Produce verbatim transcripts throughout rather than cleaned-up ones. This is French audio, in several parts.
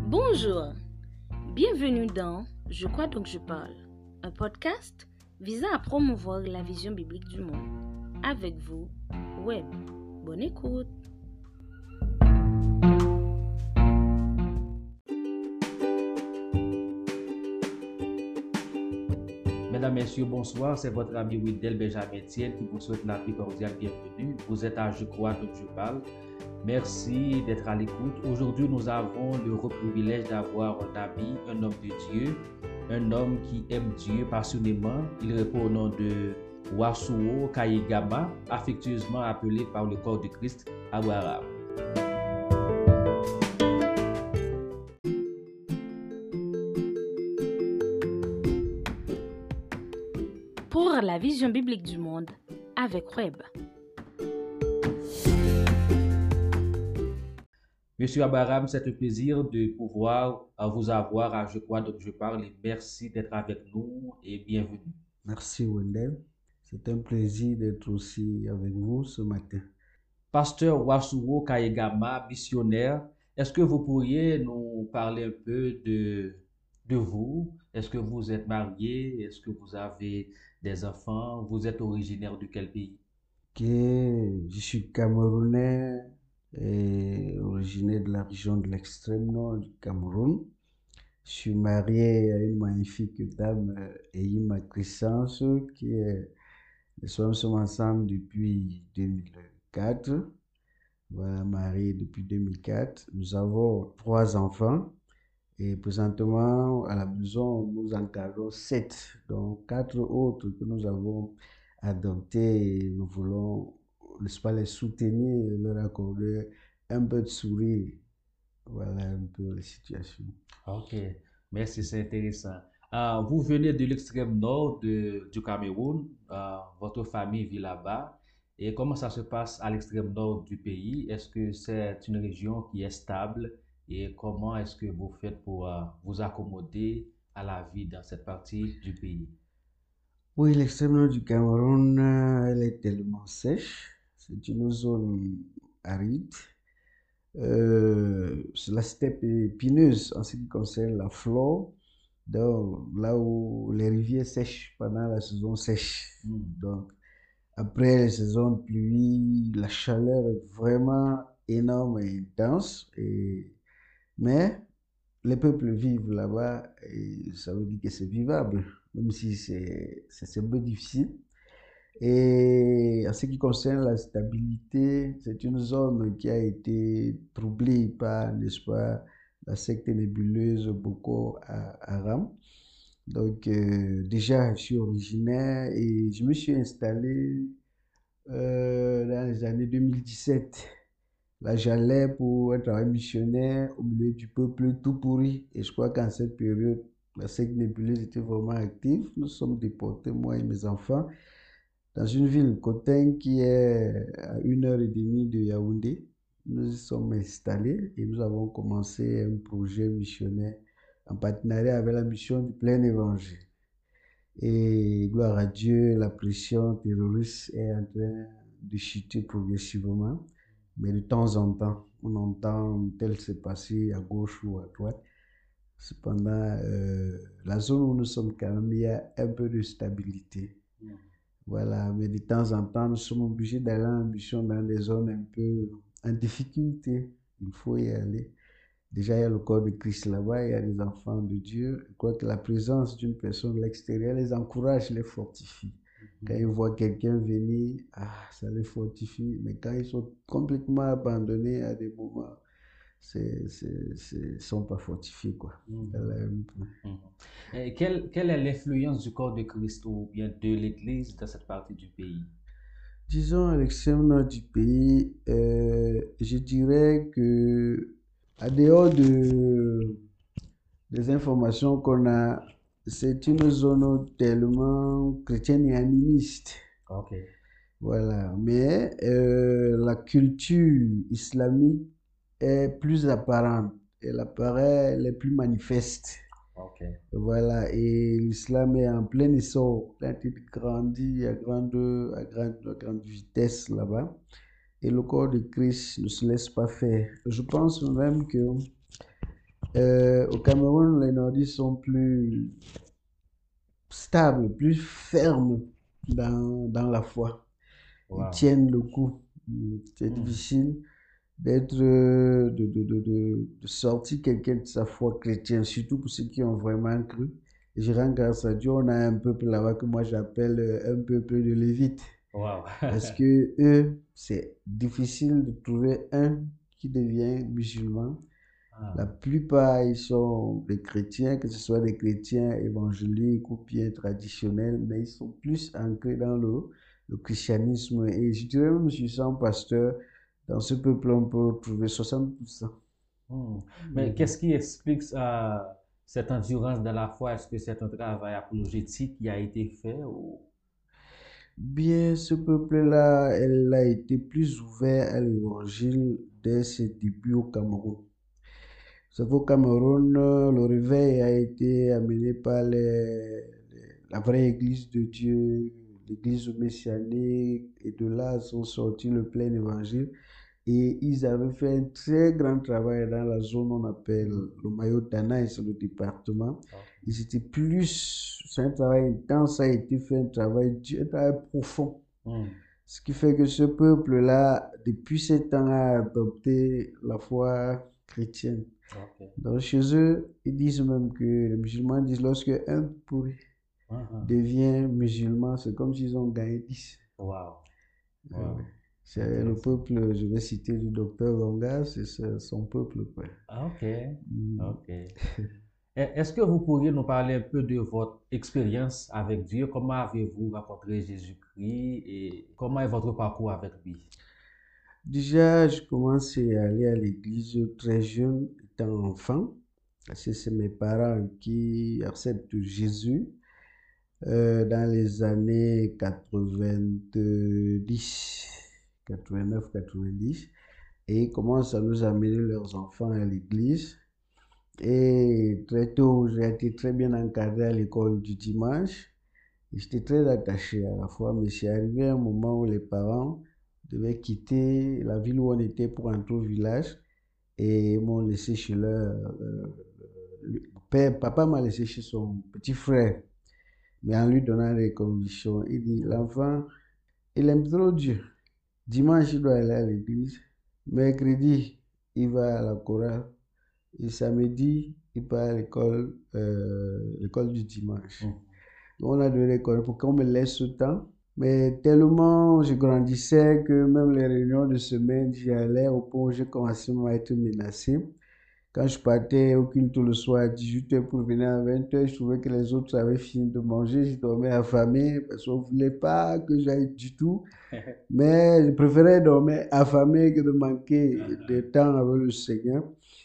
Bonjour, bienvenue dans Je crois donc je parle, un podcast visant à promouvoir la vision biblique du monde. Avec vous, Web. Bonne écoute. Mesdames, Messieurs, bonsoir. C'est votre ami Wendell Benjamin Thiel qui vous souhaite la plus cordiale bienvenue. Vous êtes à Je crois donc je parle. Merci d'être à l'écoute. Aujourd'hui, nous avons le privilège d'avoir un ami, un homme de Dieu, un homme qui aime Dieu passionnément. Il répond au nom de Wasuo Kayigama, affectueusement appelé par le corps de Christ Abraham. Pour la vision biblique du monde, avec Web. Monsieur Abraham, c'est un plaisir de pouvoir vous avoir à Je crois donc je parle et merci d'être avec nous et bienvenue. Merci Wendell, c'est un plaisir d'être aussi avec vous ce matin. Pasteur Wasuo Kayigama, missionnaire, est-ce que vous pourriez nous parler un peu de, de vous? Est-ce que vous êtes marié? Est-ce que vous avez des enfants? Vous êtes originaire de quel pays? Ok, je suis Camerounais et originaire de la région de l'extrême nord du Cameroun. Je suis marié à une magnifique dame, Eyima Crescence, qui est, nous sommes ensemble depuis deux mille quatre. Voilà, marié depuis deux mille quatre. Nous avons trois enfants et présentement à la maison, nous encadrons sept, donc quatre autres que nous avons adoptés et nous voulons, n'est-ce pas, les soutenir et leur accorder un peu de sourire. Voilà un peu la situation. Ok, merci, c'est intéressant. Euh, vous venez de l'extrême nord de, du Cameroun, euh, votre famille vit là-bas. Et comment ça se passe à l'extrême nord du pays? Est-ce que c'est une région qui est stable? Et comment est-ce que vous faites pour euh, vous accommoder à la vie dans cette partie du pays? Oui, l'extrême nord du Cameroun, euh, elle est tellement sèche. C'est une zone aride. Euh, la steppe est épineuse en ce qui concerne la flore. Donc, là où les rivières sèchent pendant la saison sèche. Mm. Donc, après les saisons de pluie, la chaleur est vraiment énorme et intense. Et... Mais les peuples vivent là-bas et ça veut dire que c'est vivable, même si c'est c'est un peu difficile. Et en ce qui concerne la stabilité, c'est une zone qui a été troublée par, n'est-ce pas, la secte nébuleuse Boko Haram. Donc, euh, déjà, je suis originaire et je me suis installé euh, dans les années deux mille dix-sept. Là, j'allais pour un travail missionnaire au milieu du peuple tout pourri. Et je crois qu'en cette période, la secte nébuleuse était vraiment active. Nous sommes déportés, moi et mes enfants, dans une ville, Koteng, qui est à une heure et demie de Yaoundé. Nous y sommes installés et nous avons commencé un projet missionnaire en partenariat avec la mission du plein évangile. Et gloire à Dieu, la pression terroriste est en train de chuter progressivement. Mais de temps en temps, on entend tel s'est passé à gauche ou à droite. Cependant, euh, la zone où nous sommes quand même, il y a un peu de stabilité. Mmh. Voilà, mais de temps en temps, nous sommes obligés d'aller en mission dans des zones un peu en difficulté. Il faut y aller. Déjà, il y a le corps de Christ là-bas, il y a des enfants de Dieu. Je crois que la présence d'une personne de l'extérieur les encourage, les fortifie. Mmh. Quand ils voient quelqu'un venir, ah, ça les fortifie. Mais quand ils sont complètement abandonnés à des moments, ils ne sont pas fortifiés, quoi. Mmh. Mmh. Et quelle, quelle est l'influence du corps de Christ ou bien de l'Église dans cette partie du pays? Disons, à l'extrême nord du pays, euh, je dirais que, à dehors de, des informations qu'on a, c'est une zone tellement chrétienne et animiste. Ok. Voilà. Mais euh, la culture islamique est plus apparente. Elle apparaît, elle est plus manifeste. Ok. Voilà. Et l'islam est en plein essor. Il grandit à grande, à grande, à grande vitesse là-bas. Et le corps de Christ ne se laisse pas faire. Je pense même que Euh, au Cameroun, les nordistes sont plus stables, plus fermes dans, dans la foi. Ils Wow. tiennent le coup. Mm, C'est Hmm. difficile d'être, euh, de, de, de, de, de sortir quelqu'un de sa foi chrétienne, surtout pour ceux qui ont vraiment cru. Et je rends grâce à Dieu, on a un peuple là-bas que moi j'appelle euh, un peuple de Lévites. Wow. Parce que eux, c'est difficile de trouver un qui devient musulman. La Ah. plupart, ils sont des chrétiens, que ce soit des chrétiens évangéliques ou bien traditionnels, mais ils sont plus ancrés dans le, le christianisme. Et je dirais même, je suis un pasteur, dans ce peuple, on peut trouver soixante pour cent. Hmm. Mais Mhm. qu'est-ce qui explique euh, cette endurance dans la foi? Est-ce que c'est un travail apologétique qui a été fait ou... Bien, ce peuple-là, elle a été plus ouvert à l'évangile dès ses débuts au Cameroun. C'est qu'au Cameroun, euh, le réveil a été amené par les- les- la vraie Église de Dieu, l'Église messianique, et de là sont sortis le plein évangile. Et ils avaient fait un très grand travail dans la zone qu'on appelle le Mayo Danaï, c'est le département. Ok. Ils étaient plus, c'est un travail intense, ça a été fait un travail, dur, un travail profond. Hmm. Ce qui fait que ce peuple-là, depuis ce temps, a adopté la foi chrétienne. Ok. Donc chez eux, ils disent même que les musulmans disent lorsque un pourri Mhm. devient musulman, c'est comme s'ils ont gagné dix. Wow. Euh, ouais. Wow. C'est le Intéressant. peuple, je vais citer du docteur Longa, c'est ce- son peuple, quoi. Ah, ok. Mm. Ok. E- Est-ce que vous pourriez nous parler un peu de votre expérience avec Dieu? Comment avez-vous rencontré Jésus-Christ et comment est votre parcours avec lui? Déjà, je commençais à aller à l'église très jeune, étant enfant, parce que c'est mes parents qui acceptent Jésus euh, dans les années quatre-vingt-dix, quatre-vingt-neuf, quatre-vingt-dix, et ils commencent à nous amener leurs enfants à l'église. Et très tôt, j'ai été très bien encadré à l'école du dimanche. Et j'étais très attaché à la foi, mais c'est arrivé un moment où les parents devaient quitter la ville où on était pour entrer au village et m'ont laissé chez leur euh, le père. Papa m'a laissé chez son petit frère, mais en lui donnant des conditions. Il dit, l'enfant, il aime trop Dieu. Dimanche, il doit aller à l'église. Mercredi, il va à la chorale. Et samedi, il part à l'école, euh, l'école du dimanche. Hmm. Donc, on a donné l'école pour qu'on me laisse ce temps. Mais tellement je grandissais que même les réunions de semaine, j'y allais au point où j'ai commencé à être menacé. Quand je partais au culte le soir à dix-huit heures pour venir à vingt heures, je trouvais que les autres avaient fini de manger. Je dormais affamé parce qu'on ne voulait pas que j'aille du tout. Mais je préférais dormir affamé que de manquer de temps avec le Seigneur.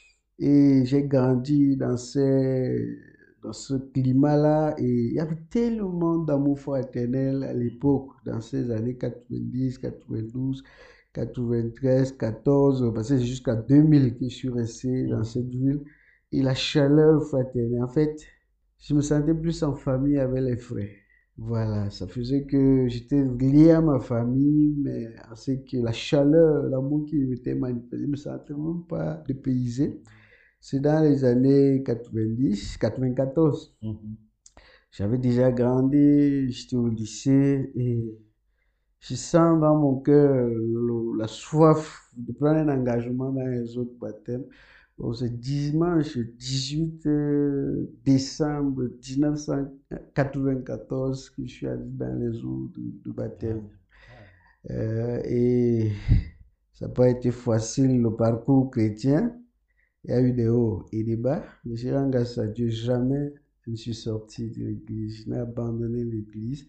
Et j'ai grandi dans, ces, dans ce climat-là. Et il y avait tellement d'amour fraternel à l'époque, dans ces années quatre-vingt-dix, quatre-vingt-douze, quatre-vingt-treize, quatorze, parce que c'est jusqu'à deux mille que je suis resté dans Hmm. cette ville. Et la chaleur fraternelle, en fait, je me sentais plus en famille avec les frères. Voilà, ça faisait que j'étais lié à ma famille, mais c'est que la chaleur, l'amour qui m'était manifesté, je ne me sentais même pas dépaysé. C'est dans les années quatre-vingt-dix, quatre-vingt-quatorze. Mhm. J'avais déjà grandi, j'étais au lycée et je sens dans mon cœur le- la soif de prendre un engagement dans les autres baptêmes. Donc, c'est dimanche dix-huit euh, décembre mille neuf cent quatre-vingt-quatorze que je suis allé dans les eaux de, de Ah, baptême. ah. Euh, et ça n'a pas été facile le parcours chrétien. Il y a eu des hauts et des bas, mais je rends grâce à Dieu, jamais je ne suis sorti de l'église. Je n'ai abandonné l'église.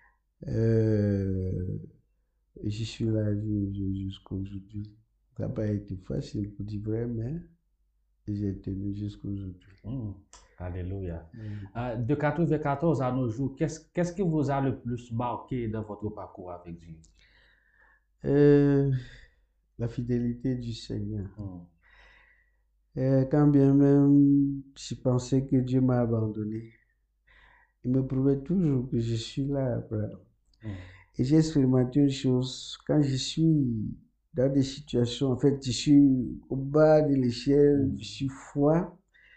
Euh, et je suis là ju- ju- jusqu'à aujourd'hui. Ça n'a pas été facile pour dire vrai, mais j'ai tenu jusqu'à aujourd'hui. Hmm. Alléluia. Mm. Ah, de quatre-vingt-quatorze à nos jours, qu'est-ce, qu'est-ce qui vous a le plus marqué dans votre parcours avec Dieu? Euh, la fidélité du Seigneur. Hmm. Euh, quand bien même je pensais que Dieu m'a abandonné, il me prouvait toujours que je suis là, Abraham. Hmm. Et j'ai expérimenté une chose, quand je suis dans des situations, en fait, je suis au bas de l'échelle, Hmm. je suis froid,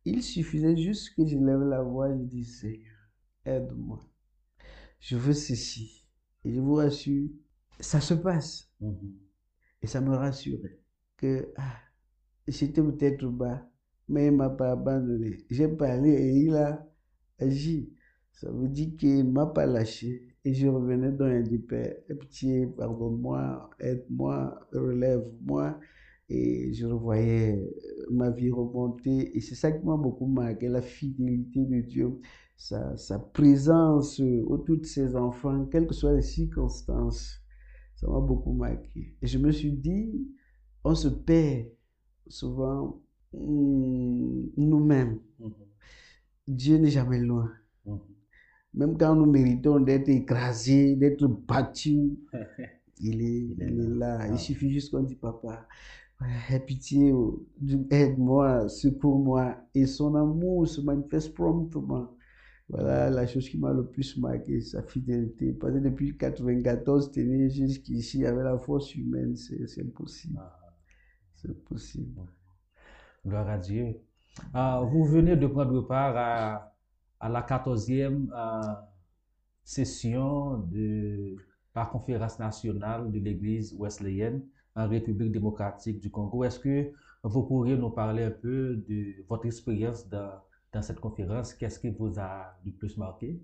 il suffisait juste que je lève la voix, je dis, Seigneur, aide-moi. Je veux ceci. Et je vous rassure, ça se passe. Mhm. Et ça me rassurait que ah, j'étais peut-être bas, mais il ne m'a pas abandonné. J'ai parlé et il a agi. Ça veut dire qu'il ne m'a pas lâché. Et je revenais dans un dit, Père, aie pitié, pardonne-moi, aide-moi, relève-moi. Et je revoyais ma vie remonter. Et c'est ça qui m'a beaucoup marqué, la fidélité de Dieu, sa, sa présence autour de ses enfants, quelles que soient les circonstances. Ça m'a beaucoup marqué. Et je me suis dit, on se perd souvent hum, nous-mêmes. Mhm. Dieu n'est jamais loin. Mhm. Même quand nous méritons d'être écrasés, d'être battus, il est, Il est il est là. là. Ah. Il suffit juste qu'on dit, Papa, aie pitié, oh, aide-moi, secours-moi. Et son amour se manifeste promptement. Voilà la chose qui m'a le plus marqué, sa fidélité. Parce que depuis mille neuf cent quatre-vingt-quatorze, tenir jusqu'ici avec la force humaine, c'est impossible. Ah. C'est possible. Gloire à Dieu. Ah, vous venez de prendre part à, à la quatorzième euh, session de la conférence nationale de l'Église wesleyenne en République démocratique du Congo. Est-ce que vous pourriez nous parler un peu de votre expérience dans, dans cette conférence? Qu'est-ce qui vous a le plus marqué?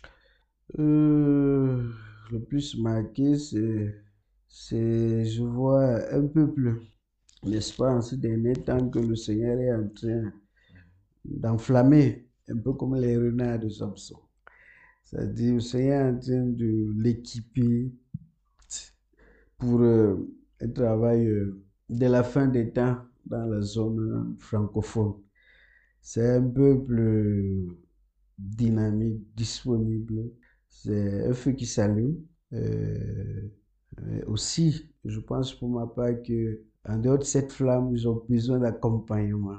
Euh, le plus marqué, c'est, c'est, je vois un peuple, n'est-ce pas, en ce dernier temps que le Seigneur est en train d'enflammer, un peu comme les renards de Samson. C'est-à-dire, le Seigneur est en train de l'équiper pour euh, un travail euh, de la fin des temps dans la zone francophone. C'est un peuple euh, dynamique, disponible. C'est un feu qui s'allume. Euh, euh, aussi, je pense pour ma part que en dehors de cette flamme, ils ont besoin d'accompagnement,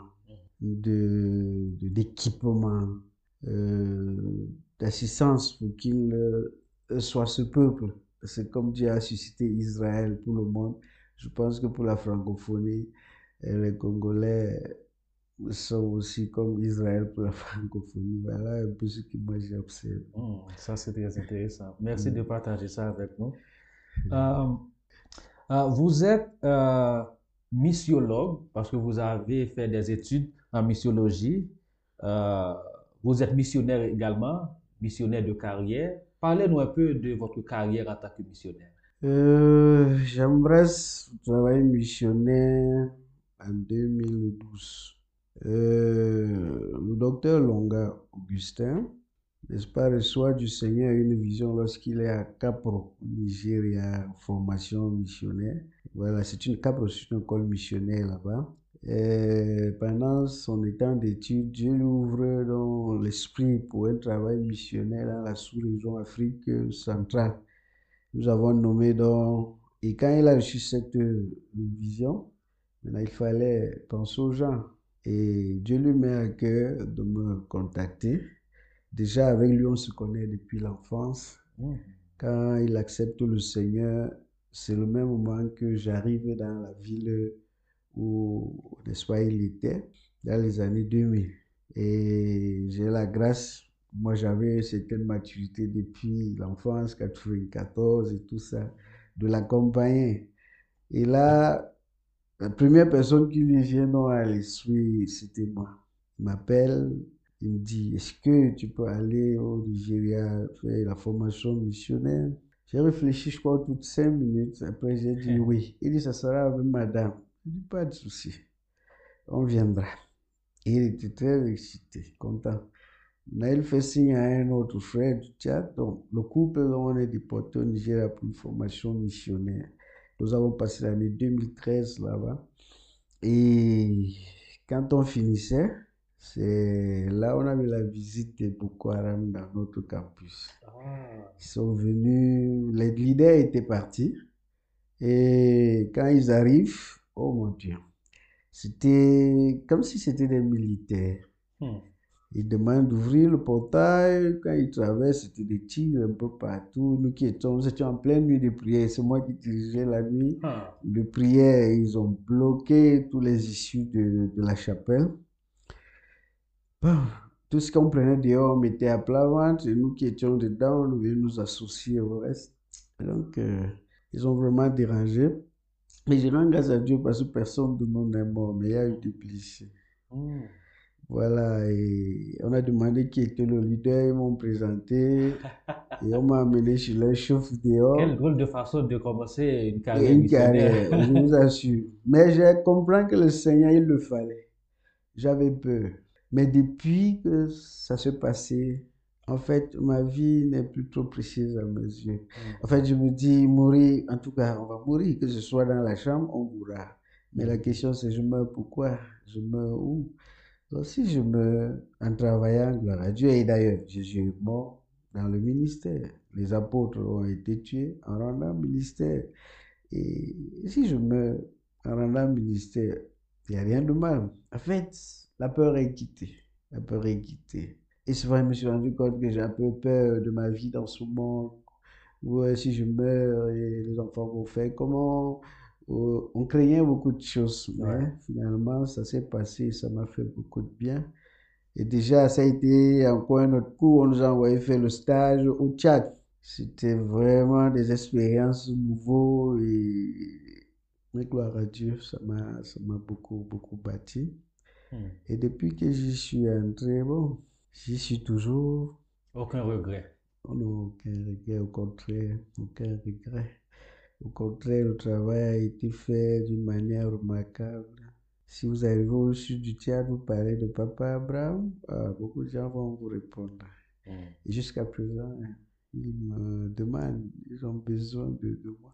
de, de- d'équipement, euh, d'assistance pour qu'il euh, soit ce peuple. C'est comme Dieu a suscité Israël pour le monde. Je pense que pour la francophonie, euh, les Congolais sont aussi comme Israël pour la francophonie. Voilà un peu ce que moi j'ai observé. Hmm, ça, c'est très intéressant. Merci de Mm. partager ça avec nous. Euh, euh, vous êtes euh, missiologue parce que vous avez fait des études en missiologie. Euh, vous êtes missionnaire également, missionnaire de carrière. Parlez-nous un peu de votre carrière en tant que missionnaire. Euh, j'embrasse le travail missionnaire en deux mille douze. Euh, le docteur Longa Augustin, n'est-ce pas, reçoit du Seigneur une vision lorsqu'il est à Capro, au Nigeria, en formation missionnaire. Voilà, c'est une Capro, c'est une école missionnaire là-bas. Et pendant son état d'études, Dieu lui ouvre dans l'esprit pour un travail missionnaire dans la sous-région Afrique centrale. Nous avons nommé donc, et quand il a reçu cette euh, vision, maintenant il fallait penser aux gens. Et Dieu lui met à cœur de me contacter. Déjà avec lui, on se connaît depuis l'enfance. Hmm. Quand il accepte le Seigneur, c'est le même moment que j'arrive dans la ville où, n'est-ce pas, il était, dans les années deux mille. Et j'ai la grâce, moi j'avais une certaine maturité depuis l'enfance, quatre-vingt-quatorze et tout ça, de l'accompagner. Et là, la première personne qui lui vient dans à l'esprit, c'était moi. Il m'appelle, il me dit, est-ce que tu peux aller au Nigeria faire la formation missionnaire? J'ai réfléchi, je crois, toutes cinq minutes. Après, j'ai dit oui. Il dit, ça sera avec madame. Je dis, pas de souci, on viendra. Et il était très excité, content. Là, il fait signe à un autre frère du Tchad. Donc, le couple, on est déporté au Nigeria pour une formation missionnaire. Nous avons passé l'année deux mille treize là-bas. Et quand on finissait, c'est là on avait la visite de Boko Haram dans notre campus. Ah. Ils sont venus, les leaders étaient partis. Et quand ils arrivent, oh mon Dieu, c'était comme si c'était des militaires. Hmm. Ils demandent d'ouvrir le portail. Quand ils traversent, c'était des tirs un peu partout. Nous qui étions, nous étions en pleine nuit de prière. C'est moi qui dirigeais la nuit Ah. de prière. Ils ont bloqué toutes les issues de, de la chapelle. Bon, tout ce qu'on prenait dehors, on mettait à plat ventre et nous qui étions dedans, on devait nous associer au reste. Donc, euh, ils ont vraiment dérangé. Mais je rends grâce à Dieu parce que personne de nous n'est mort, mais il y a eu des blessés. Hmm. Voilà, et on a demandé qui était le leader, ils m'ont présenté et on m'a amené chez le chef Quelle dehors. drôle de façon de commencer une Et carrière une missionnaire. carrière, je vous assure. Mais j'ai compris que le Seigneur, il le fallait. J'avais peur. Mais depuis que ça s'est passé, en fait, ma vie n'est plus trop précieuse à mes yeux. En fait, je me dis, mourir, en tout cas, on va mourir, que ce soit dans la chambre, on mourra. Mais la question, c'est je meurs pourquoi? Je meurs où? Donc, si je meurs en travaillant, gloire à Dieu, et d'ailleurs, Jésus est mort dans le ministère. Les apôtres ont été tués en rendant ministère. Et si je meurs en rendant ministère, il n'y a rien de mal. En fait, la peur est quittée. La peur est quittée. Et souvent, je me suis rendu compte que j'ai un peu peur de ma vie dans ce monde. Ouais, si je meurs, et les enfants vont faire comment? Euh, on craignait beaucoup de choses, mais Ouais. finalement, ça s'est passé, ça m'a fait beaucoup de bien. Et déjà, ça a été encore un autre coup, on nous a envoyé faire le stage au Tchad. C'était vraiment des expériences nouvelles et, mais gloire à Dieu, ça m'a, ça m'a beaucoup, beaucoup bâti. Hmm. Et depuis que j'y suis entré, bon, j'y suis toujours. Aucun regret. On n'a aucun regret, au contraire, aucun regret. Au contraire, le travail a été fait d'une manière remarquable. Si vous arrivez au sud du Tchad, vous parlez de Papa Abraham, ah, beaucoup de gens vont vous répondre. Hmm. Et jusqu'à présent, ils me demandent, ils ont besoin de, de moi.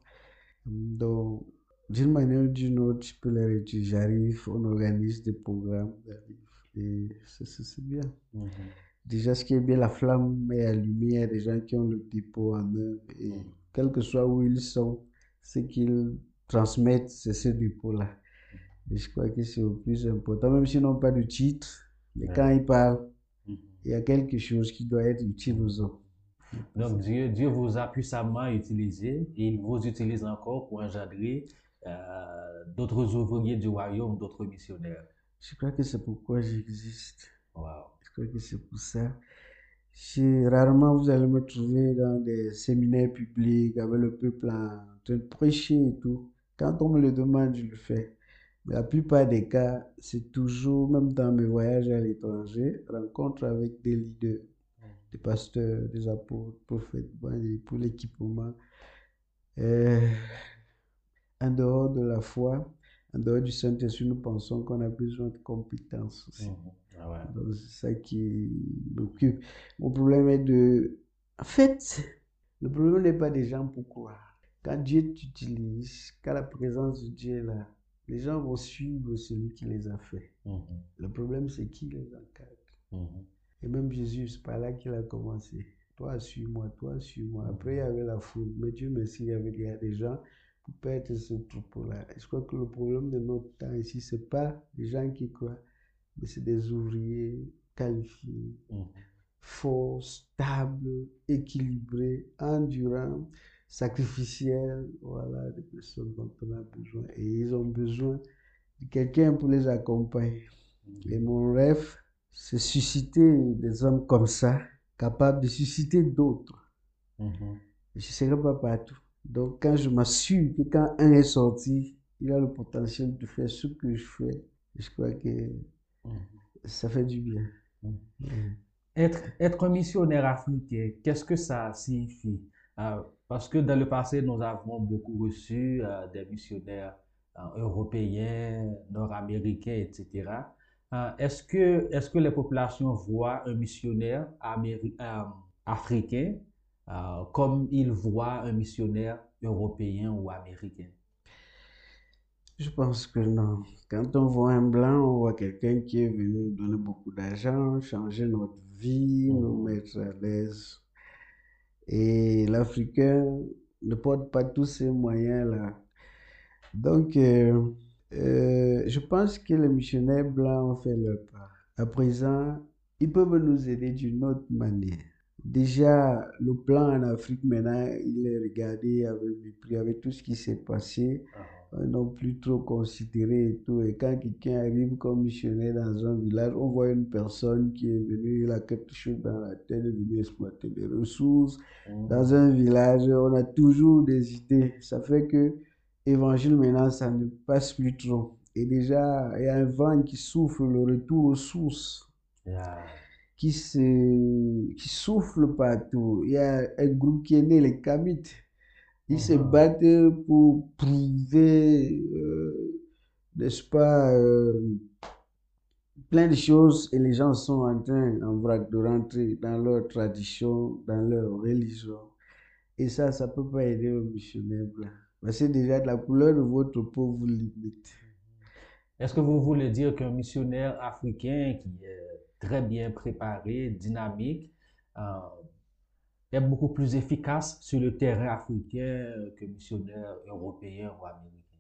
Donc, d'une manière ou d'une autre, je peux leur dire, j'arrive, on organise des programmes, j'arrive. Et c'est c'est- c'est bien. Mhm. Déjà, ce qui est bien, la flamme est allumée, il y a des gens qui ont le dépôt en eux. Et Mhm. quel que soit où ils sont, ce qu'ils transmettent, c'est ce dépôt-là. Et je crois que c'est le plus important, même s'ils n'ont pas de titre, mais Ouais. quand ils parlent, Mhm. il y a quelque chose qui doit être utile aux autres. Donc Dieu, Dieu vous a puissamment utilisé et il vous utilise encore pour engendrer euh, d'autres ouvriers du royaume, d'autres missionnaires. Je crois que c'est pourquoi j'existe. Wow. Je crois que c'est pour ça. Je- rarement vous allez me trouver dans des séminaires publics avec le peuple en train de prêcher et tout. Quand on me le demande, je le fais. Mais la plupart des cas, c'est toujours, même dans mes voyages à l'étranger, rencontre avec des leaders, des pasteurs, des apôtres, prophètes, bon, et pour l'équipement. Euh, en dehors de la foi, en dehors du Saint-Esprit, nous pensons qu'on a besoin de compétences aussi. Mhm. Ah ouais. Donc, c'est ça qui m'occupe. Mon problème est de... En fait, le problème n'est pas des gens pour croire. Quand Dieu t'utilise, quand la présence de Dieu est là, les gens vont suivre celui qui les a fait. Mhm. Le problème, c'est qui les encadre. Mhm. Et même Jésus, c'est par là qu'il a commencé. Toi, suis-moi, toi, suis-moi. Après, il y avait la foule. Mais Dieu merci, il y avait déjà des gens pour perdre ce troupeau-là. Je crois que le problème de notre temps ici, ce n'est pas les gens qui croient, mais c'est des ouvriers qualifiés, Mhm. forts, stables, équilibrés, endurants, sacrificiels. Voilà, des personnes dont on a besoin. Et ils ont besoin de quelqu'un pour les accompagner. Et mon rêve, c'est susciter des hommes comme ça, capables de susciter d'autres. Mhm. Je ne serai pas partout. Donc, quand je m'assure que quand un est sorti, il a le potentiel de faire ce que je fais, je crois que Mhm. ça fait du bien. Mhm. Ouais. Être, être un missionnaire africain, qu'est-ce que ça signifie? Euh, parce que dans le passé, nous avons beaucoup reçu euh, des missionnaires euh, européens, nord-américains, et cetera. Euh, est-ce que, est-ce que les populations voient un missionnaire améri- euh, africain euh, comme ils voient un missionnaire européen ou américain? Je pense que non. Quand on voit un blanc, on voit quelqu'un qui est venu nous donner beaucoup d'argent, changer notre vie, nous Mhm. mettre à l'aise. Et l'Africain ne porte pas tous ces moyens-là. Donc, euh, euh, je pense que les missionnaires blancs ont fait leur part. À présent, ils peuvent nous aider d'une autre manière. Déjà, le plan en Afrique, maintenant, il est regardé avec mépris, avec tout ce qui s'est passé. Ah. non plus trop considéré et tout. Et quand quelqu'un arrive comme missionnaire dans un village, on voit une personne qui est venue, il a quelque chose dans la tête, il est venu exploiter des ressources. Mhm. Dans un village, on a toujours des idées. Ça fait que l'évangile maintenant, ça ne passe plus trop. Et déjà, il y a un vent qui souffle le retour aux sources, Yeah. qui, se, qui souffle partout. Il y a un groupe qui est né, les Kamites. Ils se Mhm. battent pour prouver, euh, n'est-ce pas, euh, plein de choses et les gens sont en train, en vrac, de rentrer dans leur tradition, dans leur religion. Et ça, ça ne peut pas aider aux missionnaires blancs. Parce que déjà, la couleur de votre peau vous limite. Est-ce que vous voulez dire qu'un missionnaire africain qui est très bien préparé, dynamique, euh, est beaucoup plus efficace sur le terrain africain que missionnaire européen ou américain?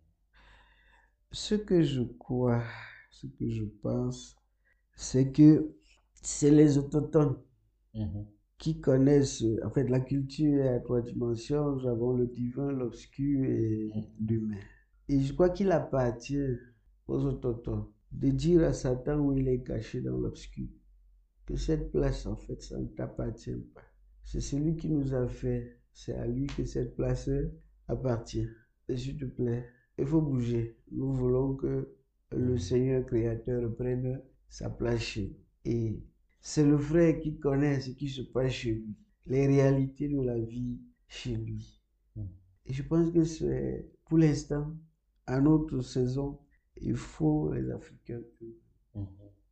Ce que je crois, ce que je pense, c'est que c'est les autochtones Mhm. qui connaissent, en fait, la culture est à trois dimensions. Nous avons le divin, l'obscur et l'humain. Et je crois qu'il appartient aux autochtones de dire à Satan où il est caché dans l'obscur, que cette place, en fait, ça ne t'appartient pas. C'est celui qui nous a fait, c'est à lui que cette place appartient. Et s'il te plaît, il faut bouger. Nous voulons que le Seigneur créateur prenne sa place chez nous. Et c'est le frère qui connaît ce qui se passe chez lui, les réalités de la vie chez lui. Et je pense que c'est, pour l'instant, à notre saison, il faut les Africains. Mhm.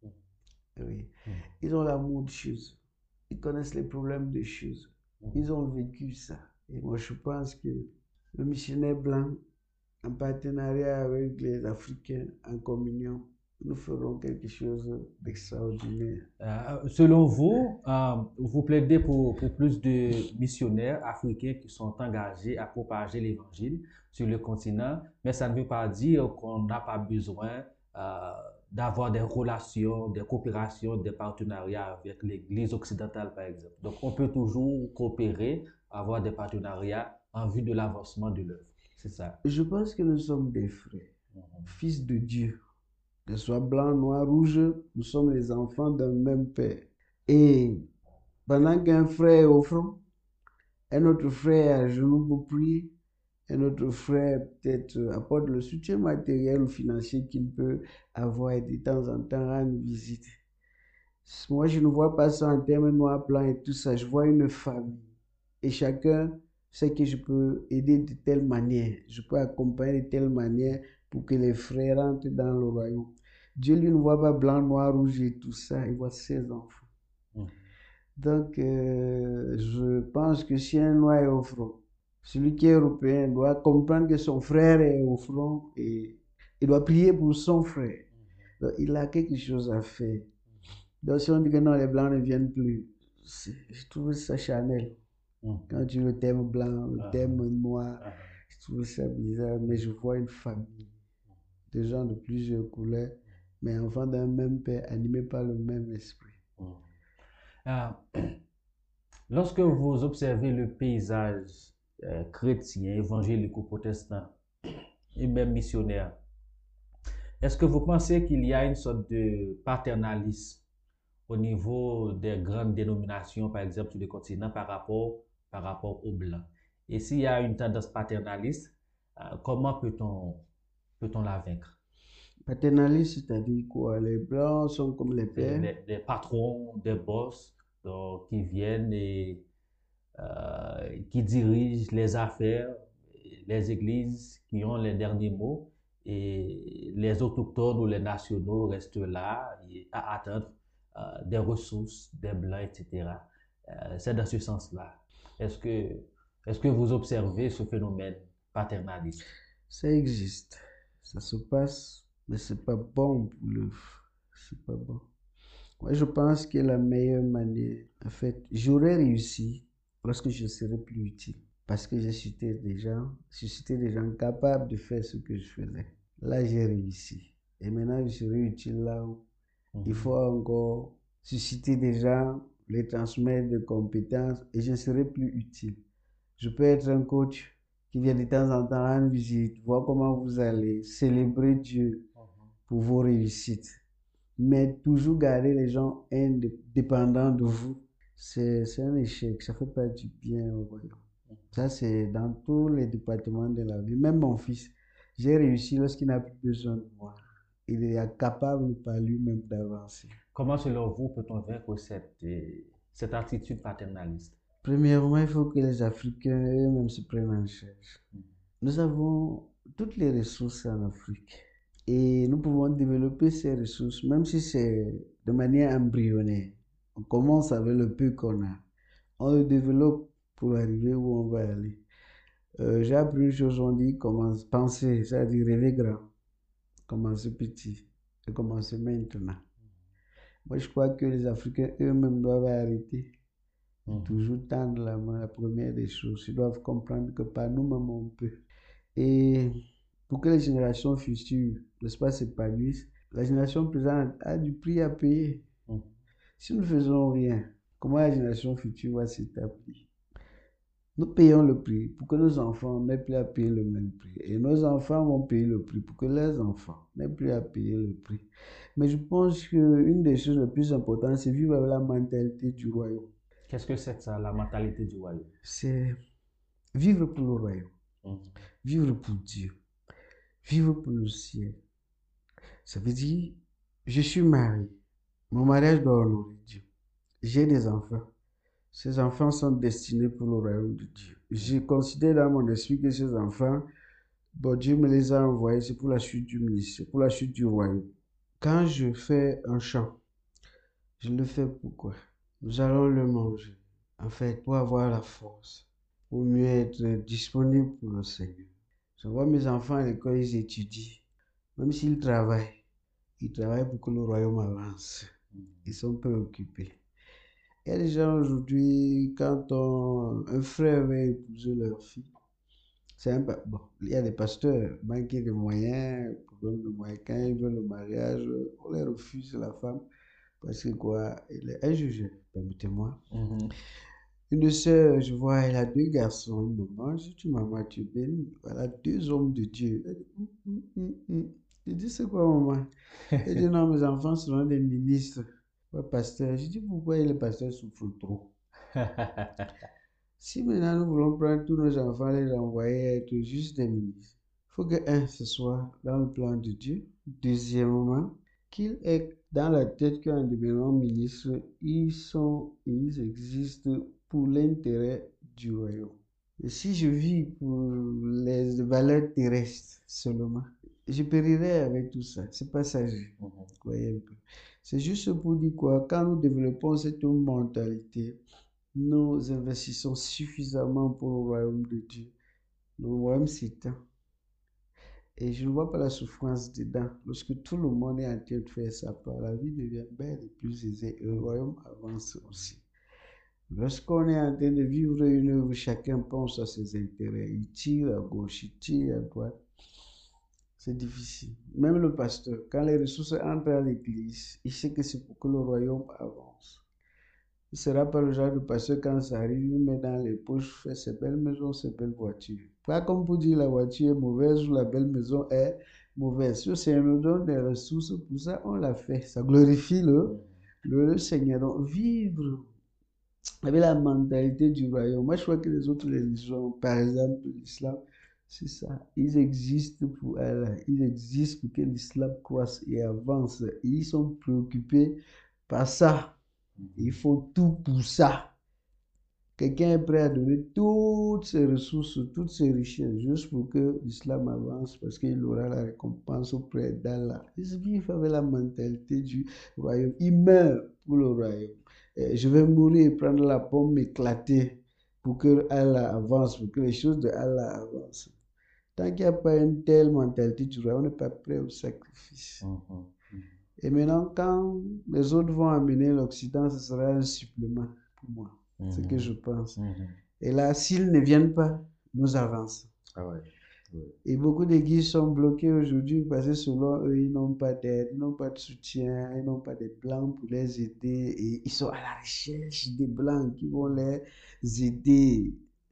Oui. Mhm. Ils ont l'amour de choses. Ils connaissent les problèmes des choses. Ils ont vécu ça. Et moi, je pense que le missionnaire blanc, en partenariat avec les Africains, en communion, nous ferons quelque chose d'extraordinaire. Euh, selon vous, euh, vous plaidez pour, pour plus de missionnaires africains qui sont engagés à propager l'évangile sur le continent, mais ça ne veut pas dire qu'on n'a pas besoin euh, d'avoir des relations, des coopérations, des partenariats avec l'Église occidentale, par exemple. Donc, on peut toujours coopérer, avoir des partenariats en vue de l'avancement de l'œuvre. C'est ça. Je pense que nous sommes des frères, Mhm. fils de Dieu. Que ce soit blanc, noir, rouge, nous sommes les enfants d'un même père. Et pendant qu'un frère est au front, un autre frère est à genoux pour prier, un autre frère peut-être apporte le soutien matériel ou financier qu'il peut avoir et de temps en temps rendre visite. Moi, je ne vois pas ça en termes noir, blanc et tout ça. Je vois une famille. Et chacun sait que je peux aider de telle manière. Je peux accompagner de telle manière pour que les frères rentrent dans le royaume. Dieu, lui, ne voit pas blanc, noir, rouge et tout ça. Il voit ses enfants. Mhm. Donc, euh, je pense que si un noir est au front, celui qui est européen doit comprendre que son frère est au front et il doit prier pour son frère. Donc, il a quelque chose à faire. Donc, si on dit que non, les blancs ne viennent plus, je trouve ça charnel. Mhm. Quand tu le thème blanc, le Ah. thème noir, Ah. je trouve ça bizarre, mais je vois une famille de gens de plusieurs couleurs, mais enfants d'un même père, animés par le même esprit. Mhm. Ah. Lorsque vous observez le paysage euh, chrétien, évangélico-protestant et même missionnaire, est-ce que vous pensez qu'il y a une sorte de paternalisme au niveau des grandes dénominations, par exemple sur le continent, par rapport, par rapport aux Blancs? Et s'il y a une tendance paternaliste, euh, comment peut-on peut-on la vaincre? Paternaliste, c'est-à-dire quoi? Les blancs sont comme les Les, pères. les- les patrons, des boss donc, qui viennent et euh, qui dirigent les affaires, les églises qui ont les derniers mots, et les autochtones ou les nationaux restent là et à attendre euh, des ressources, des blancs, et cetera. Euh, c'est dans ce sens-là. Est-ce que, est-ce que vous observez ce phénomène paternaliste? Ça existe. Ça se passe, mais c'est pas bon pour le. C'est pas bon. Moi, je pense que la meilleure manière, en fait, j'aurais réussi lorsque je serais plus utile. Parce que j'ai suscité des gens, suscité des gens capables de faire ce que je faisais. Là, j'ai réussi. Et maintenant, je serai utile là où il faut encore susciter des gens, les transmettre des compétences et je serai plus utile. Je peux être un coach, qui vient de temps en temps rendre visite, voir comment vous allez, célébrer Dieu pour vos réussites. Mais toujours garder les gens indépendants de vous, c'est c'est un échec, ça ne fait pas du bien au royaume. Ça, c'est dans tous les départements de la vie. Même mon fils, j'ai réussi lorsqu'il n'a plus besoin de moi. Il est capable par lui-même d'avancer. Comment, selon vous, peut-on vaincre cette, euh, cette attitude paternaliste? Premièrement, il faut que les Africains eux-mêmes se prennent en charge. Mhm. Nous avons toutes les ressources en Afrique et nous pouvons développer ces ressources, même si c'est de manière embryonnaire. On commence avec le peu qu'on a. On le développe pour arriver où on va aller. Euh, j'ai appris une chose, on dit commence, penser, c'est-à-dire rêver grand, commencer petit et commencer maintenant. Moi, je crois que les Africains eux-mêmes doivent arrêter de Mhm. toujours tendre la main, la première des choses. Ils doivent comprendre que par nous-mêmes, on peut. Et pour que les générations futures, n'est-ce pas, s'épanouissent, la génération présente a du prix à payer. Mhm. Si nous ne faisons rien, comment la génération future va s'établir? Nous payons le prix pour que nos enfants n'aient plus à payer le même prix. Et nos enfants vont payer le prix pour que leurs enfants n'aient plus à payer le prix. Mais je pense qu'une des choses les plus importantes, c'est vivre avec la mentalité du royaume. Qu'est-ce que c'est que ça, la mentalité du royaume? C'est vivre pour le royaume, Mhm. vivre pour Dieu, vivre pour le ciel. Ça veut dire, je suis marié, mon mariage doit honorer Dieu. J'ai des enfants. Ces enfants sont destinés pour le royaume de Dieu. Je considère dans mon esprit que ces enfants, bon, Dieu me les a envoyés, c'est pour la chute du ministère, pour la chute du royaume. Quand je fais un chant, je le fais pourquoi? Nous allons le manger, en fait, pour avoir la force, pour mieux être disponible pour le Seigneur. Je vois mes enfants à l'école, ils étudient. Même s'ils travaillent, ils travaillent pour que le royaume avance. Ils sont préoccupés. Il y a des gens aujourd'hui, quand on, un frère veut épouser leur fille, c'est un, bon, il y a des pasteurs manqués de moyens, problème de moyens. Quand ils veulent le mariage, on les refuse la femme parce que quoi, elle est injugée, permettez-moi. Mhm. Une sœur, je vois, elle a deux garçons, une maman, je dis maman, tu es bénie. Voilà, deux hommes de Dieu. Elle dit, hum, hum, hum, hum. Je dis, c'est quoi maman? Elle dit, non, mes enfants seront des ministres, pas pasteurs. Je dis, pourquoi les pasteurs souffrent trop? Si maintenant nous voulons prendre tous nos enfants et les envoyer être juste des ministres, il faut que, un, ce soit dans le plan de Dieu. Deuxièmement, qu'il ait dans la tête qu'en devenant ministre, ils sont et ils existent pour l'intérêt du royaume. Et si je vis pour les valeurs terrestres seulement, je périrai avec tout ça. C'est passager. Mhm. Voyez un peu. C'est juste pour dire quoi, quand nous développons cette mentalité, nous investissons suffisamment pour le royaume de Dieu. Le royaume s'étend. Et je ne vois pas la souffrance dedans. Lorsque tout le monde est en train de faire sa part, la vie devient belle et plus aisée et le royaume avance aussi. Lorsqu'on est en train de vivre une œuvre, chacun pense à ses intérêts. Il tire à gauche, il tire à droite. C'est difficile. Même le pasteur, quand les ressources entrent à l'église, il sait que c'est pour que le royaume avance. Il ne sera pas le genre de pasteur, quand ça arrive, il met dans les poches, fait ses belles maisons, ses belles voitures. Pas comme pour dire la voiture est mauvaise ou la belle maison est mauvaise. Si le Seigneur nous donne des ressources, pour ça, on l'a fait. Ça glorifie le, le, le Seigneur. Donc, vivre avec la mentalité du royaume. Moi, je crois que les autres religions, par exemple l'islam, c'est ça. Ils existent pour Allah. Ils existent pour que l'islam croisse et avance. Et ils sont préoccupés par ça. Il faut tout pour ça. Quelqu'un est prêt à donner toutes ses ressources, toutes ses richesses, juste pour que l'islam avance, parce qu'il aura la récompense auprès d'Allah. Ils vivent avec la mentalité du royaume. Ils meurent pour le royaume. Et je vais mourir, prendre la pomme, m'éclater pour que Allah avance, pour que les choses de Allah avancent. Tant qu'il n'y a pas une telle mentalité du royaume, on n'est pas prêt au sacrifice. Mhm. Et maintenant, quand les autres vont amener l'Occident, ce sera un supplément pour moi. Mhm. C'est ce que je pense. Mhm. Et là, s'ils ne viennent pas, nous avançons. Ah ouais. Ouais. Et beaucoup d'églises sont bloquées aujourd'hui parce que selon eux, ils n'ont pas d'aide, ils n'ont pas de soutien, ils n'ont pas de blancs pour les aider. Et ils sont à la recherche des blancs qui vont les aider.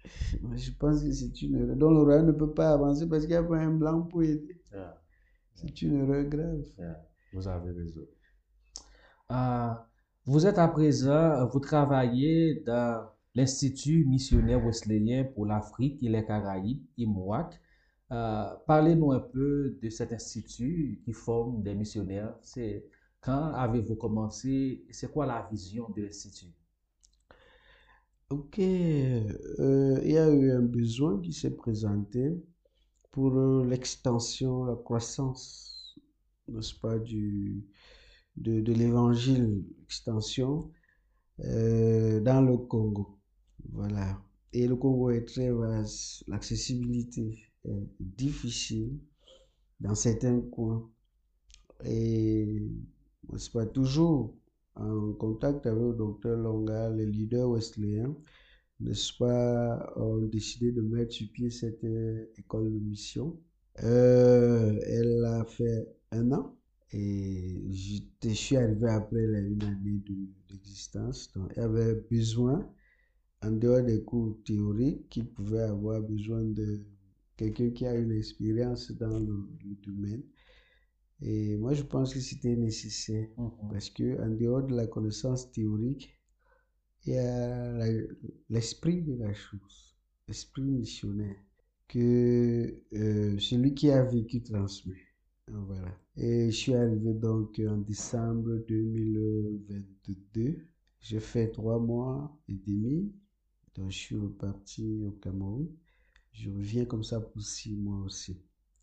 Je pense que c'est une erreur. Donc le royaume ne peut pas avancer parce qu'il n'y a pas un blanc pour aider. Yeah, C'est une erreur grave. yeah, vous avez raison. Euh, vous êtes à présent, vous travaillez dans l'Institut missionnaire wesleyen pour l'Afrique et les Caraïbes, I M O A C. Euh, parlez-nous un peu de cet institut qui forme des missionnaires. C'est, quand avez-vous commencé? C'est quoi la vision de l'institut? Ok, euh, il y a eu un besoin qui s'est présenté pour euh, l'extension, la croissance, n'est-ce pas, du, de, de l'évangile, extension euh, dans le Congo. Voilà. Et le Congo est très vaste, l'accessibilité est difficile dans certains coins. Et c'est pas toujours en contact avec le docteur Longa, les leaders wesleyens, n'est-ce pas, ont décidé de mettre sur pied cette euh, école de mission. Euh, elle a fait un an et je suis arrivé après la une année d'existence. Donc, il y avait besoin, en dehors des cours théoriques, qu'il pouvait avoir besoin de quelqu'un qui a une expérience dans le, le domaine. Et moi, je pense que c'était nécessaire Mhm. parce que en dehors de la connaissance théorique, il y a la- l'esprit de la chose, l'esprit missionnaire que euh, celui qui a vécu transmet. Voilà. Et je suis arrivé donc en décembre deux mille vingt-deux. J'ai fait trois mois et demi. Donc je suis reparti au Cameroun. Je reviens comme ça pour six mois aussi.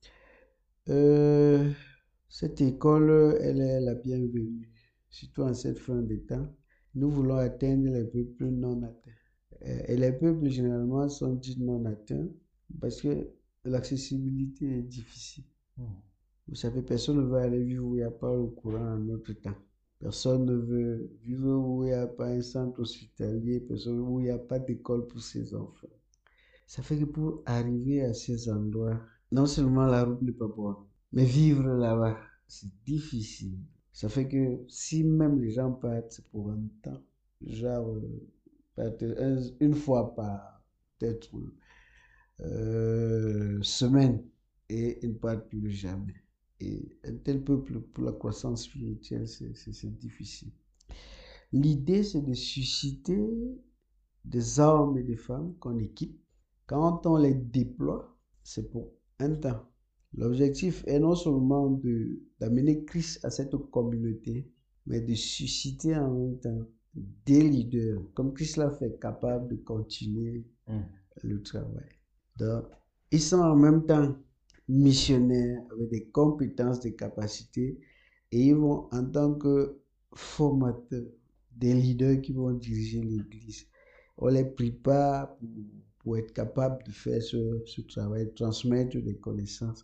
Euh, Cette école, elle est la bienvenue, surtout en cette fin de temps. Nous voulons atteindre les peuples non atteints. Euh, Et les peuples, généralement, sont dits non atteints parce que l'accessibilité est difficile. Mhm. Vous savez, personne ne veut aller vivre où il n'y a pas le courant en notre temps. Personne ne veut vivre où il n'y a pas un centre hospitalier, personne où il n'y a pas d'école pour ses enfants. Ça fait que pour arriver à ces endroits, non seulement la route n'est pas bonne, mais vivre là-bas, c'est difficile. Ça fait que si même les gens partent, c'est pour un temps, genre euh, peut-être un- une fois par peut-être euh, semaine, et ils ne partent plus jamais. Et un tel peuple, pour la croissance spirituelle, c'est c'est- c'est difficile. L'idée, c'est de susciter des hommes et des femmes qu'on équipe. Quand on les déploie, c'est pour un temps. L'objectif est non seulement de, d'amener Christ à cette communauté, mais de susciter en même temps des leaders, comme Christ l'a fait, capables de continuer Mhm. le travail. Donc, ils sont en même temps missionnaires avec des compétences, des capacités, et ils vont en tant que formateurs, des leaders qui vont diriger l'Église. On les prépare pour, pour être capables de faire ce, ce travail, de transmettre des connaissances.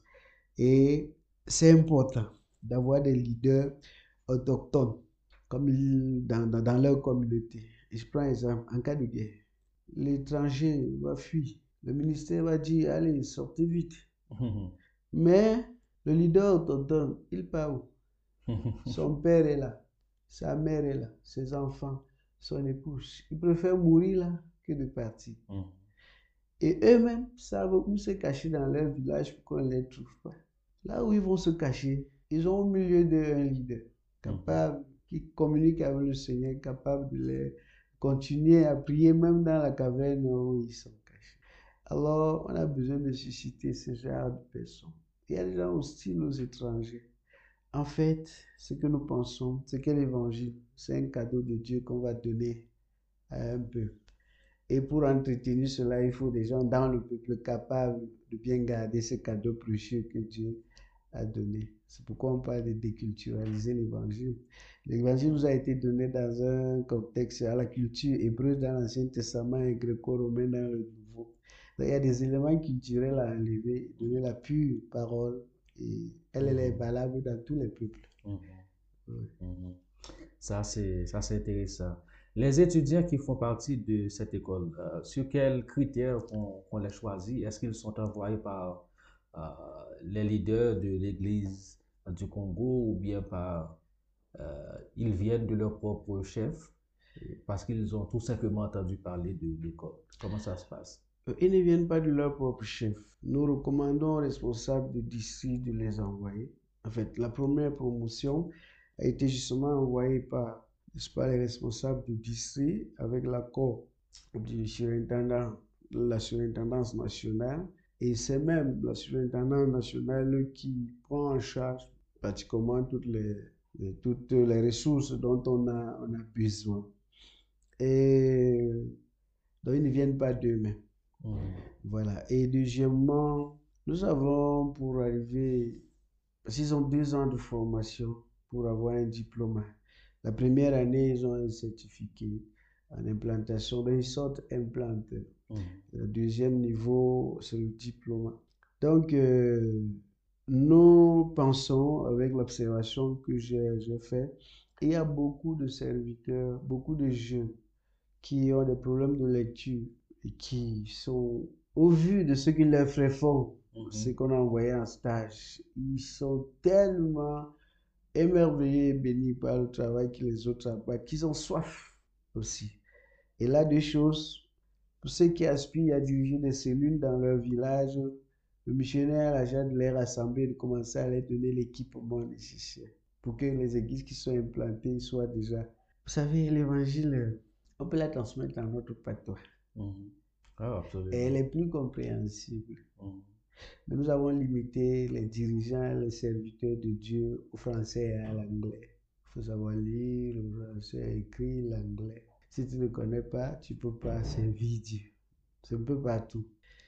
Et c'est important d'avoir des leaders autochtones, comme ils- dans, dans, dans leur communauté. Et je prends un exemple, en cas de guerre, l'étranger va fuir. Le ministère va dire, allez, sortez vite. Mhm. Mais le leader autochtone, il part où? Son père est là, sa mère est là, ses enfants, son épouse. Ils préfèrent mourir là que de partir. Mhm. Et eux-mêmes savent où se cacher dans leur village pour qu'on ne les trouve pas. Là où ils vont se cacher, ils ont au milieu d'eux un leader capable, qui communique avec le Seigneur, capable de les continuer à prier même dans la caverne où ils sont cachés. Alors, on a besoin de susciter ce genre de personnes. Il y a des gens hostiles aux étrangers. En fait, ce que nous pensons, c'est que l'évangile, c'est un cadeau de Dieu qu'on va donner à un peuple. Et pour entretenir cela, il faut des gens dans le peuple capables de bien garder ce cadeau précieux que Dieu a donné. C'est pourquoi on parle de déculturaliser l'évangile. L'évangile nous a été donné dans un contexte à la culture hébreu dans l'Ancien Testament et gréco-romain dans le Nouveau. Donc, il y a des éléments culturels à enlever, donner la pure parole, et elle, elle est valable dans tous les peuples. Mhm. Oui. Mhm. Ça, c'est, ça, c'est intéressant. Les étudiants qui font partie de cette école, euh, sur quels critères qu'on qu'on les choisit? Est-ce qu'ils sont envoyés par euh, les leaders de l'Église du Congo ou bien par euh, ils viennent de leur propre chef euh, parce qu'ils ont tout simplement entendu parler de l'école? Comment ça se passe? Euh, Ils ne viennent pas de leur propre chef. Nous recommandons aux responsables de district de les envoyer. En fait, la première promotion a été justement envoyée par, n'est-ce pas, les responsables de district avec l'accord du surintendant de la surintendance nationale. Et c'est même la surintendance nationale qui prend en charge pratiquement toutes les, les- toutes les ressources dont on a, on a besoin. Et donc, ils ne viennent pas d'eux-mêmes. Mhm. Voilà. Et deuxièmement, nous avons pour arriver, parce qu'ils ont deux ans de formation pour avoir un diplôme. La première année, ils ont un certificat en implantation, donc ils sortent implanteurs. Mhm. Le deuxième niveau, c'est le diplôme. Donc, euh, nous pensons, avec l'observation que j'ai j'ai faite, il y a beaucoup de serviteurs, beaucoup de jeunes qui ont des problèmes de lecture et qui sont, au vu de ce que leurs frères font, Mhm. ce qu'on a envoyé en stage, ils sont tellement émerveillés et bénis par le travail que les autres apportent, qu'ils ont soif aussi. Et là, deux choses, pour ceux qui aspirent à diriger des cellules dans leur village, le missionnaire a déjà de les rassembler, de commencer à leur donner l'équipement nécessaire pour que les églises qui sont implantées soient déjà... Vous savez, l'évangile, on peut la transmettre dans notre patois. Mhm. Ah, absolument. Et elle est plus compréhensible. Mhm. Mais nous avons limité les dirigeants, les serviteurs de Dieu au français et à l'anglais. Il faut savoir lire le français, écrire l'anglais. Si tu ne connais pas, tu ne peux pas servir Dieu. C'est un peu partout.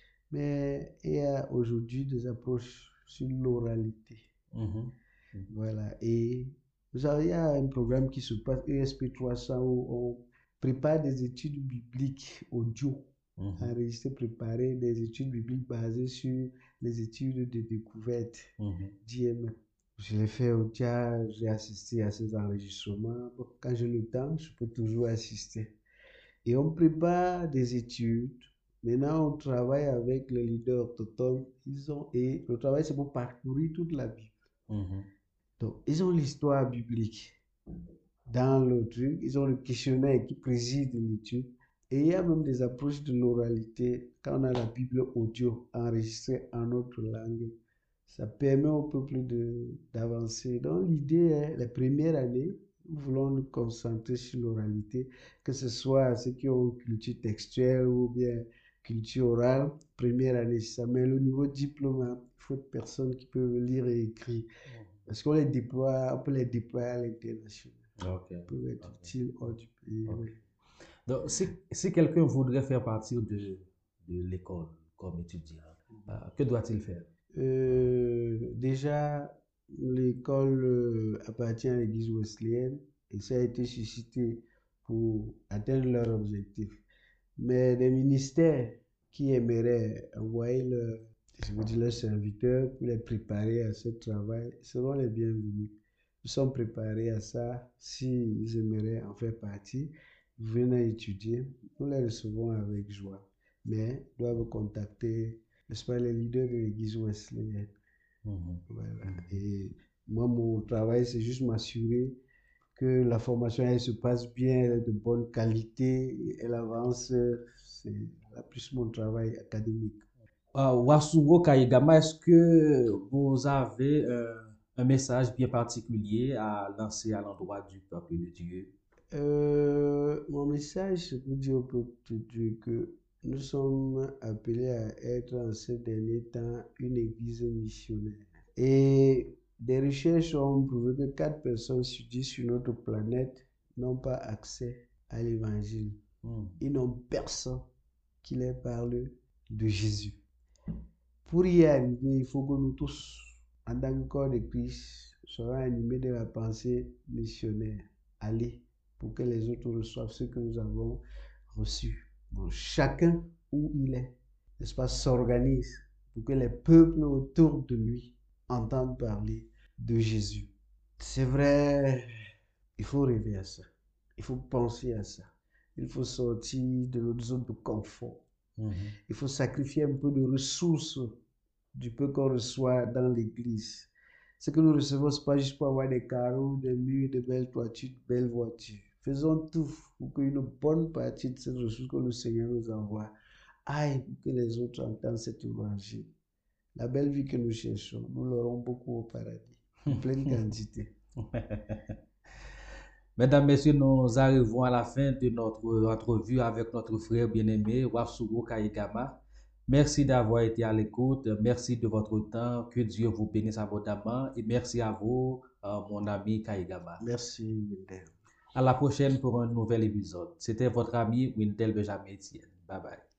Mais il y a aujourd'hui des approches sur l'oralité. Mhm. Mhm. Voilà. Et vous savez, il y a un programme qui se passe, E S P trois cents, où on prépare des études bibliques audio, Mhm. enregistrées, préparées, des études bibliques basées sur les études de découverte Mhm. d'I M. Je l'ai fait au Tchad, j'ai assisté à ces enregistrements. Bon, quand j'ai le temps, je peux toujours assister. Et on prépare des études. Maintenant, on travaille avec les leaders autochtones. Ils ont, et le travail, c'est pour parcourir toute la Bible. Mhm. Donc, ils ont l'histoire biblique dans le truc. Ils ont le questionnaire qui préside l'étude. Et il y a même des approches de l'oralité. Quand on a la Bible audio enregistrée en autre langue, ça permet au peuple de, d'avancer. Donc, l'idée est, la première année, nous voulons nous concentrer sur l'oralité, que ce soit ceux qui ont une culture textuelle ou bien culture orale. Première année, c'est ça. Mais le niveau diplôme, il faut des personnes qui peuvent lire et écrire. Parce qu'on les déploie, on peut les déployer à l'international. Ok. Ils peuvent être Ok. utiles hors du pays. Ok. Oui. Donc, si, si quelqu'un voudrait faire partie de, de l'école comme étudiant, euh, que doit-il faire? Euh, déjà, l'école euh, appartient à l'église wesleyenne et ça a été suscité pour atteindre leur objectif. Mais des ministères qui aimeraient envoyer leur, je veux dire, leurs serviteurs pour les préparer à ce travail seront les bienvenus. Nous sommes préparés à ça. S'ils aimeraient en faire partie, venez étudier. Nous les recevons avec joie. Mais ils doivent contacter, n'est-ce pas, les leaders de l'église wesleyenne. Mhm. Voilà. Mhm. Et moi, mon travail, c'est juste m'assurer que la formation elle se passe bien, elle est de bonne qualité, elle avance. C'est là plus mon travail académique. Euh, Wasugo Kayigama, est-ce que vous avez euh, un message bien particulier à lancer à l'endroit du peuple de Dieu? Euh, mon message, c'est pour dire au peuple de Dieu que nous sommes appelés à être en ces derniers temps une église missionnaire. Et des recherches ont prouvé que quatre personnes sur dix sur notre planète n'ont pas accès à l'évangile. Hmm. Ils n'ont personne qui leur parle de Jésus. Pour y arriver, il faut que nous tous, en tant que corps de Christ, soyons animés de la pensée missionnaire. Allez, pour que les autres reçoivent ce que nous avons reçu. Donc, chacun où il est, n'est-ce pas, s'organise pour que les peuples autour de lui entendent parler de Jésus. C'est vrai, il faut rêver à ça. Il faut penser à ça. Il faut sortir de notre zone de confort. Mhm. Il faut sacrifier un peu de ressources du peu qu'on reçoit dans l'église. Ce que nous recevons, ce n'est pas juste pour avoir des carreaux, des murs, de belles toitures, de belles voitures. Faisons tout pour qu'une bonne partie de cette ressource que le Seigneur nous envoie aillent pour que les autres entendent cet évangile. La belle vie que nous cherchons, nous l'aurons beaucoup au paradis, en pleine quantité. Mesdames, Messieurs, nous arrivons à la fin de notre entrevue avec notre frère bien-aimé, Wafsugo Kayigama. Merci d'avoir été à l'écoute. Merci de votre temps. Que Dieu vous bénisse abondamment. Et merci à vous, euh, mon ami Kayigama. Merci, Windel. À la prochaine pour un nouvel épisode. C'était votre ami Windel Benjamin Etienne. Bye bye.